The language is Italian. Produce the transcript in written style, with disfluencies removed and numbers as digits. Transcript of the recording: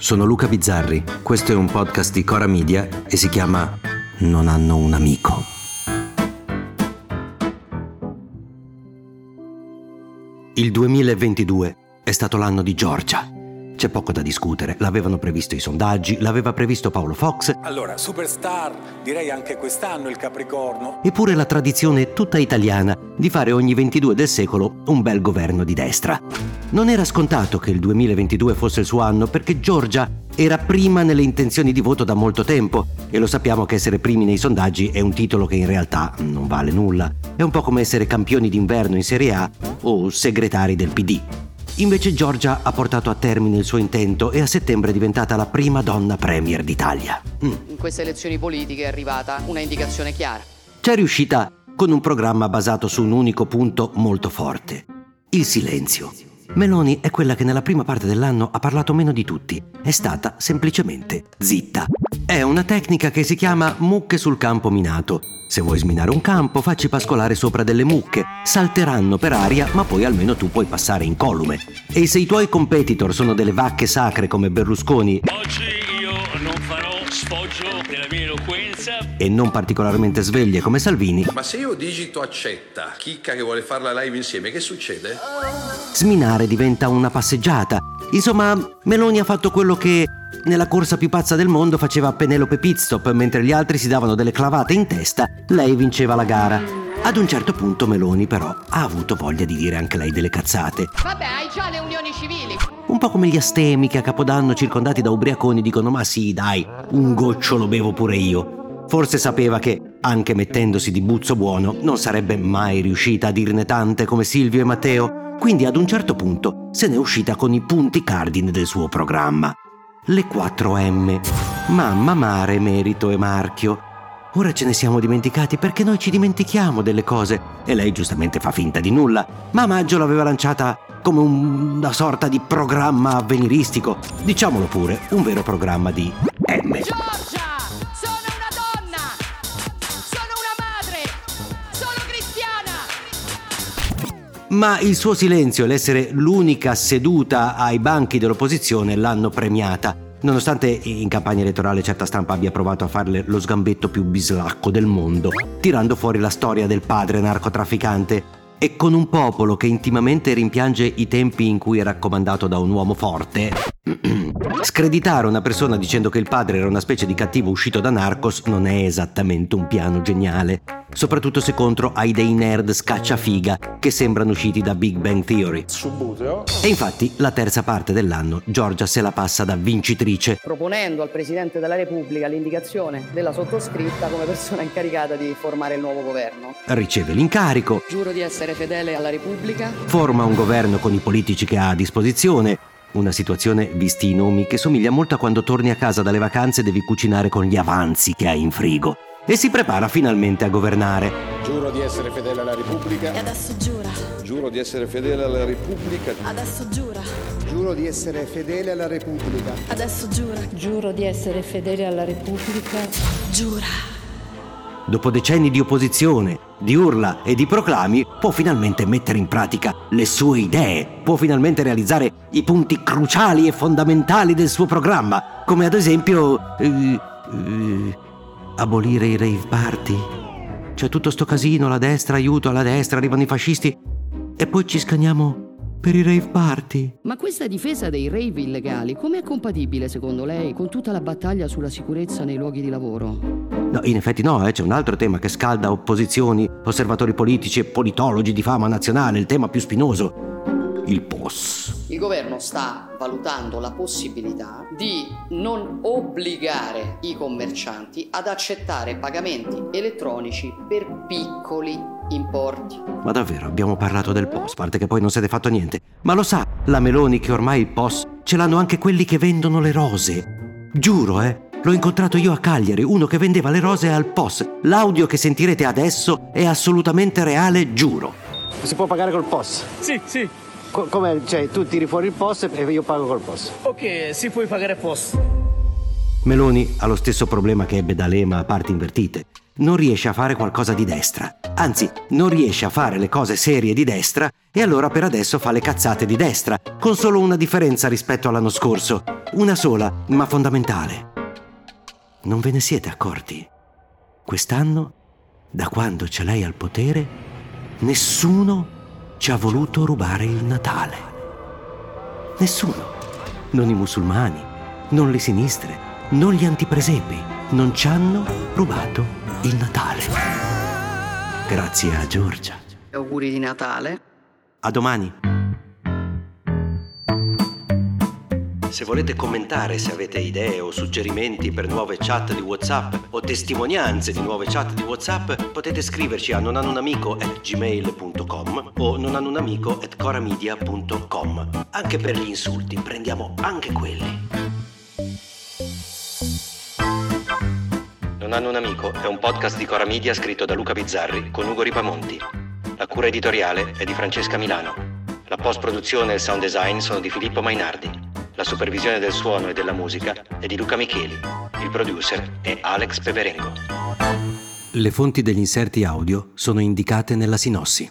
sono Luca Bizzarri, questo è un podcast di Cora Media e si chiama Non hanno un amico. Il 2022 è stato l'anno di Giorgia. C'è poco da discutere, l'avevano previsto i sondaggi, l'aveva previsto Paolo Fox. Allora, superstar, direi anche quest'anno il Capricorno. Eppure la tradizione tutta italiana di fare ogni 22 del secolo un bel governo di destra. Non era scontato che il 2022 fosse il suo anno perché Giorgia era prima nelle intenzioni di voto da molto tempo e lo sappiamo che essere primi nei sondaggi è un titolo che in realtà non vale nulla. È un po' come essere campioni d'inverno in Serie A o segretari del PD. Invece Giorgia ha portato a termine il suo intento e a settembre è diventata la prima donna premier d'Italia. In queste elezioni politiche è arrivata una indicazione chiara. C'è riuscita con un programma basato su un unico punto molto forte: il silenzio. Meloni è quella che nella prima parte dell'anno ha parlato meno di tutti. È stata semplicemente zitta. È una tecnica che si chiama mucche sul campo minato. Se vuoi sminare un campo, facci pascolare sopra delle mucche. Salteranno per aria, ma poi almeno tu puoi passare incolume. E se i tuoi competitor sono delle vacche sacre come Berlusconi, oggi io non farò sfoggio della mia eloquenza, e non particolarmente sveglie come Salvini, ma se io digito accetta, chicca che vuole fare la live insieme, che succede? sminare diventa una passeggiata. Insomma, Meloni ha fatto quello che nella corsa più pazza del mondo faceva Penelope Pitstop, mentre gli altri si davano delle clavate in testa, lei vinceva la gara. Ad un certo punto Meloni però ha avuto voglia di dire anche lei delle cazzate. Vabbè, hai già le unioni civili. Un po' come gli astemi che a Capodanno circondati da ubriaconi dicono "ma sì, dai, un goccio lo bevo pure io". Forse sapeva che, anche mettendosi di buzzo buono, non sarebbe mai riuscita a dirne tante come Silvio e Matteo, quindi ad un certo punto se n'è uscita con i punti cardine del suo programma. Le 4 M: mamma, mare, merito e marchio. Ora ce ne siamo dimenticati perché noi ci dimentichiamo delle cose e lei giustamente fa finta di nulla, ma a maggio l'aveva lanciata come una sorta di programma avveniristico, diciamolo pure, un vero programma di M. Giorgia, sono una donna, sono una madre, sono cristiana. Ma il suo silenzio e l'essere l'unica seduta ai banchi dell'opposizione l'hanno premiata, nonostante in campagna elettorale certa stampa abbia provato a farle lo sgambetto più bislacco del mondo, tirando fuori la storia del padre narcotrafficante e con un popolo che intimamente rimpiange i tempi in cui era comandato da un uomo forte. Screditare una persona dicendo che il padre era una specie di cattivo uscito da Narcos non è esattamente un piano geniale, soprattutto se contro hai dei nerd scacciafiga che sembrano usciti da Big Bang Theory. E infatti la terza parte dell'anno Giorgia se la passa da vincitrice, Proponendo al Presidente della Repubblica l'indicazione della sottoscritta come persona incaricata di formare il nuovo governo. riceve l'incarico, Giuro di essere fedele alla Repubblica. forma un governo con i politici che ha a disposizione, una situazione, visti i nomi, che somiglia molto a quando torni a casa dalle vacanze e devi cucinare con gli avanzi che hai in frigo, e si prepara finalmente a governare. Giuro di essere fedele alla Repubblica. E adesso giura. Giuro di essere fedele alla Repubblica. Adesso giura. Giuro di essere fedele alla Repubblica. Adesso giura. Giuro di essere fedele alla Repubblica. Giura. Dopo decenni di opposizione, di urla e di proclami, può finalmente mettere in pratica le sue idee, può finalmente realizzare i punti cruciali e fondamentali del suo programma, come ad esempio abolire i rave party. C'è tutto sto casino, la destra, aiuto alla destra, arrivano i fascisti e poi ci scaniamo per i rave party. Ma questa difesa dei rave illegali come è compatibile secondo lei con tutta la battaglia sulla sicurezza nei luoghi di lavoro? No, in effetti no, c'è un altro tema che scalda opposizioni, osservatori politici e politologi di fama nazionale, il tema più spinoso: il POS. Il governo sta valutando la possibilità di non obbligare i commercianti ad accettare pagamenti elettronici per piccoli importi. Ma davvero, abbiamo parlato del POS, parte che poi non siete fatto niente. Ma lo sa la Meloni che ormai il POS ce l'hanno anche quelli che vendono le rose? Giuro, l'ho incontrato io a Cagliari, uno che vendeva le rose al POS. L'audio che sentirete adesso è assolutamente reale, giuro. Si può pagare col POS? Sì. Come, cioè, tu tiri fuori il POS e io pago col POS? Ok, si può pagare POS. Meloni ha lo stesso problema che ebbe D'Alema a parti invertite. Non riesce a fare qualcosa di destra. Anzi, non riesce a fare le cose serie di destra e allora per adesso fa le cazzate di destra, con solo una differenza rispetto all'anno scorso. Una sola, ma fondamentale. Non ve ne siete accorti? Quest'anno, da quando c'è lei al potere, nessuno ci ha voluto rubare il Natale. Nessuno. Non i musulmani, non le sinistre, non gli antipresepi. Non ci hanno rubato il Natale. Grazie a Giorgia. Auguri di Natale. A domani. Se volete commentare, se avete idee o suggerimenti per nuove chat di WhatsApp o testimonianze di nuove chat di WhatsApp, potete scriverci a nonhanunamico@gmail.com o nonhanunamico@coramedia.com. Anche per gli insulti, prendiamo anche quelli. Non hanno un amico è un podcast di Cora Media scritto da Luca Bizzarri con Ugo Ripamonti. La cura editoriale è di Francesca Milano. La post-produzione e il sound design sono di Filippo Mainardi. La supervisione del suono e della musica è di Luca Micheli. Il producer è Alex Peverengo. Le fonti degli inserti audio sono indicate nella sinossi.